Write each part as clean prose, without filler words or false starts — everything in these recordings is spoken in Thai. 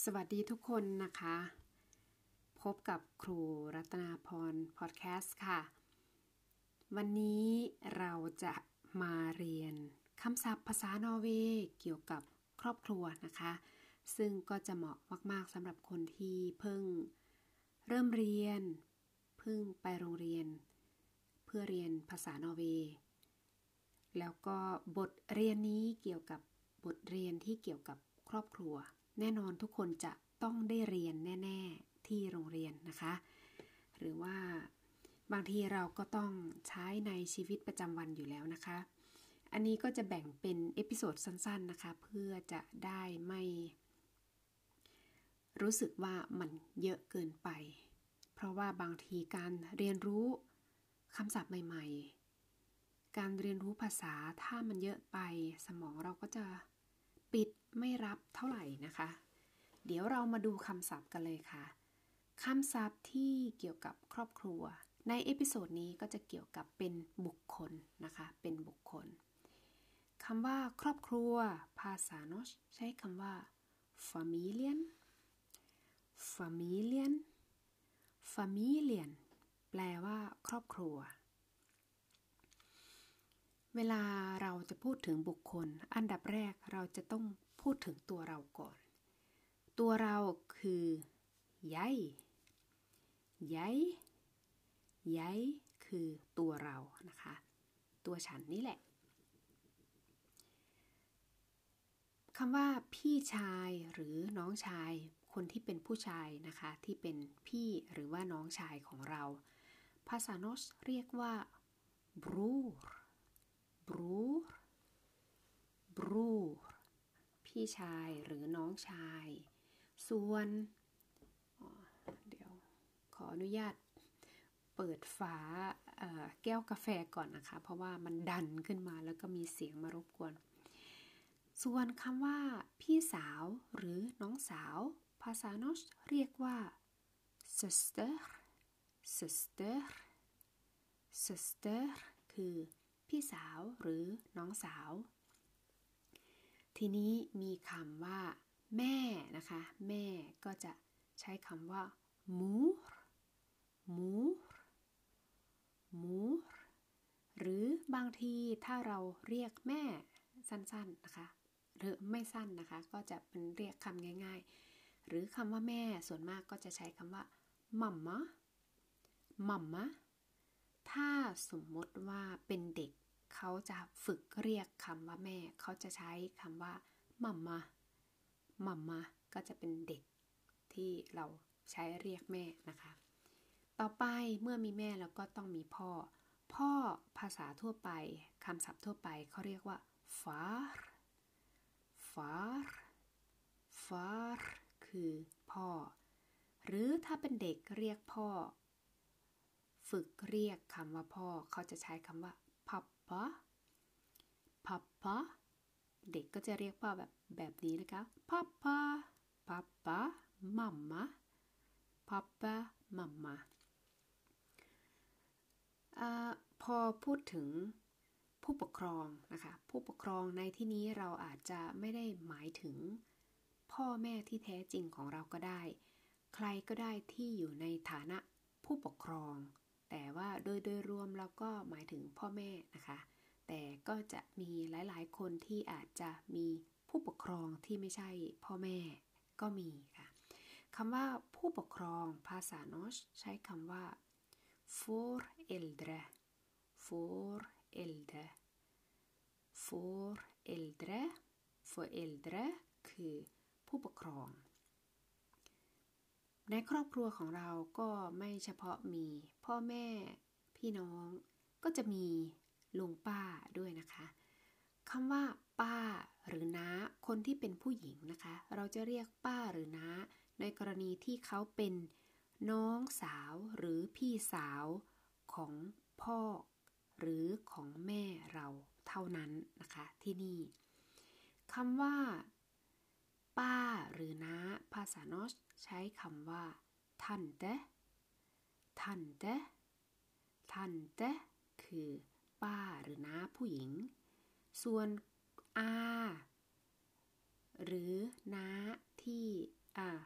สวัสดีทุกคนนะคะพบกับครูรัตนาพรพอดแคสต์ค่ะวันนี้เราจะมาเรียนคำศัพท์ภาษานอร์เวย์เกี่ยวกับครอบครัวนะคะซึ่งก็จะเหมาะมากๆสำหรับคนที่เพิ่งเริ่มเรียนเพิ่งไปโรงเรียนเพื่อเรียนภาษานอร์เวย์แล้วก็บทเรียนนี้เกี่ยวกับบทเรียนที่เกี่ยวกับครอบครัวแน่นอนทุกคนจะต้องได้เรียนแน่ๆที่โรงเรียนนะคะหรือว่าบางทีเราก็ต้องใช้ในชีวิตประจำวันอยู่แล้วนะคะอันนี้ก็จะแบ่งเป็นเอพิโซดสั้นๆนะคะเพื่อจะได้ไม่รู้สึกว่ามันเยอะเกินไปเพราะว่าบางทีการเรียนรู้คำศัพท์ใหม่ๆการเรียนรู้ภาษาถ้ามันเยอะไปสมองเราก็จะปิดไม่รับเท่าไหร่นะคะเดี๋ยวเรามาดูคำศัพท์กันเลยค่ะคำศัพท์ที่เกี่ยวกับครอบครัวในเอพิโซดนี้ก็จะเกี่ยวกับเป็นบุคคลนะคะเป็นบุคคลคำว่าครอบครัวภาษาโนชใช้คำว่า familjen familjen familjen แปลว่าครอบครัวเวลาเราจะพูดถึงบุคคลอันดับแรกเราจะต้องพูดถึงตัวเราก่อนตัวเราคือjegคือตัวเรานะคะตัวฉันนี่แหละคำว่าพี่ชายหรือน้องชายคนที่เป็นผู้ชายนะคะที่เป็นพี่หรือว่าน้องชายของเราภาษาโนชเรียกว่า bror พี่ชายหรือน้องชายส่วนเดี๋ยวขออนุญาตเปิดฝาแก้วกาแฟก่อนนะคะเพราะว่ามันดันขึ้นมาแล้วก็มีเสียงมารบกวนส่วนคำว่าพี่สาวหรือน้องสาวภาษาโนชเรียกว่า sister คือพี่สาวหรือน้องสาวทีนี้มีคำว่าแม่นะคะแม่ก็จะใช้คำว่า mor หรือบางทีถ้าเราเรียกแม่สั้นๆนะคะหรือไม่สั้นนะคะก็จะเป็นเรียกคำง่ายๆหรือคำว่าแม่ส่วนมากก็จะใช้คำว่า mamma ถ้าสมมติว่าเป็นเด็กเขาจะฝึกเรียกคำว่าแม่เขาจะใช้คำว่า mamma ก็จะเป็นเด็กที่เราใช้เรียกแม่นะคะต่อไปเมื่อมีแม่แล้วก็ต้องมีพ่อภาษาทั่วไปคำศัพท์ทั่วไปเขาเรียกว่า far คือพ่อหรือถ้าเป็นเด็กเรียกพ่อฝึกเรียกคำว่าพ่อเขาจะใช้คำว่า pappa เด็กก็จะเรียกพ่อแบบนี้นะคะ pappa mammaพอพูดถึงผู้ปกครองนะคะผู้ปกครองในที่นี้เราอาจจะไม่ได้หมายถึงพ่อแม่ที่แท้จริงของเราก็ได้ใครก็ได้ที่อยู่ในฐานะผู้ปกครองแต่ว่าโดยรวมเราก็หมายถึงพ่อแม่นะคะแต่ก็จะมีหลายๆคนที่อาจจะมีผู้ปกครองที่ไม่ใช่พ่อแม่ก็มีค่ะคำว่าผู้ปกครองภาษาโนชใช้คำว่า foreldreคือผู้ปกครองในครอบครัวของเราก็ไม่เฉพาะมีพ่อแม่พี่น้องก็จะมีลุงป้าด้วยนะคะคำว่าป้าหรือน้าคนที่เป็นผู้หญิงนะคะเราจะเรียกป้าหรือน้าในกรณีที่เขาเป็นน้องสาวหรือพี่สาวของพ่อหรือของแม่เราเท่านั้นนะคะที่นี่คำว่าป้าหรือน้าภาษาโนชใช้คำว่า tante คือป้าหรือน้าผู้หญิงส่วนอาหรือน้าที่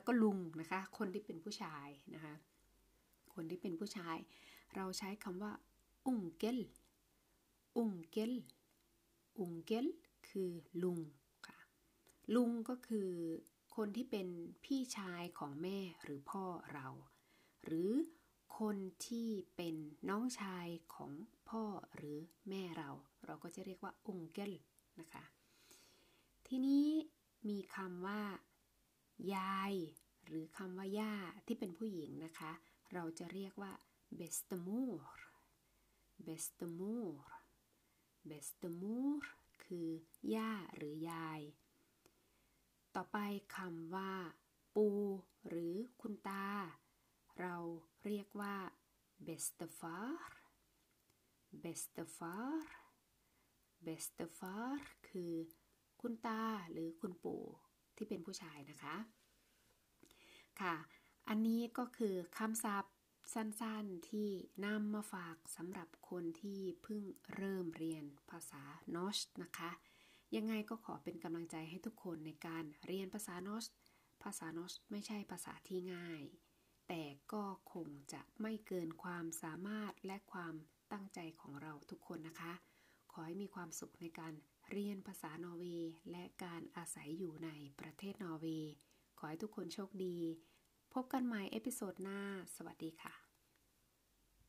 ก็ลุงนะคะคนที่เป็นผู้ชายนะคะคนที่เป็นผู้ชายเราใช้คำว่าอุงเกลอุงเกลอุงเกลคือลุงค่ะลุงก็คือคนที่เป็นพี่ชายของแม่หรือพ่อเราหรือคนที่เป็นน้องชายของพ่อหรือแม่เราก็จะเรียกว่าอุงเกลนะคะทีนี้มีคำว่ายายหรือคำว่าย่าที่เป็นผู้หญิงนะคะเราจะเรียกว่า bestemor bestemor bestemor คือย่าหรือยายต่อไปคำว่าปูหรือคุณตาเราเรียกว่า bestefar bestefar bestefar คือคุณตาหรือคุณปู่ที่เป็นผู้ชายนะคะค่ะอันนี้ก็คือคำศัพท์สั้นๆที่นำมาฝากสำหรับคนที่เพิ่งเริ่มเรียนภาษานอชนะคะยังไงก็ขอเป็นกำลังใจให้ทุกคนในการเรียนภาษานอชภาษานอชไม่ใช่ภาษาที่ง่ายแต่ก็คงจะไม่เกินความสามารถและความตั้งใจของเราทุกคนนะคะขอให้มีความสุขในการเรียนภาษานอร์เวย์และการอาศัยอยู่ในประเทศนอร์เวย์ขอให้ทุกคนโชคดีพบกันใหม่เอพิโซดหน้าสวัสดีค่ะ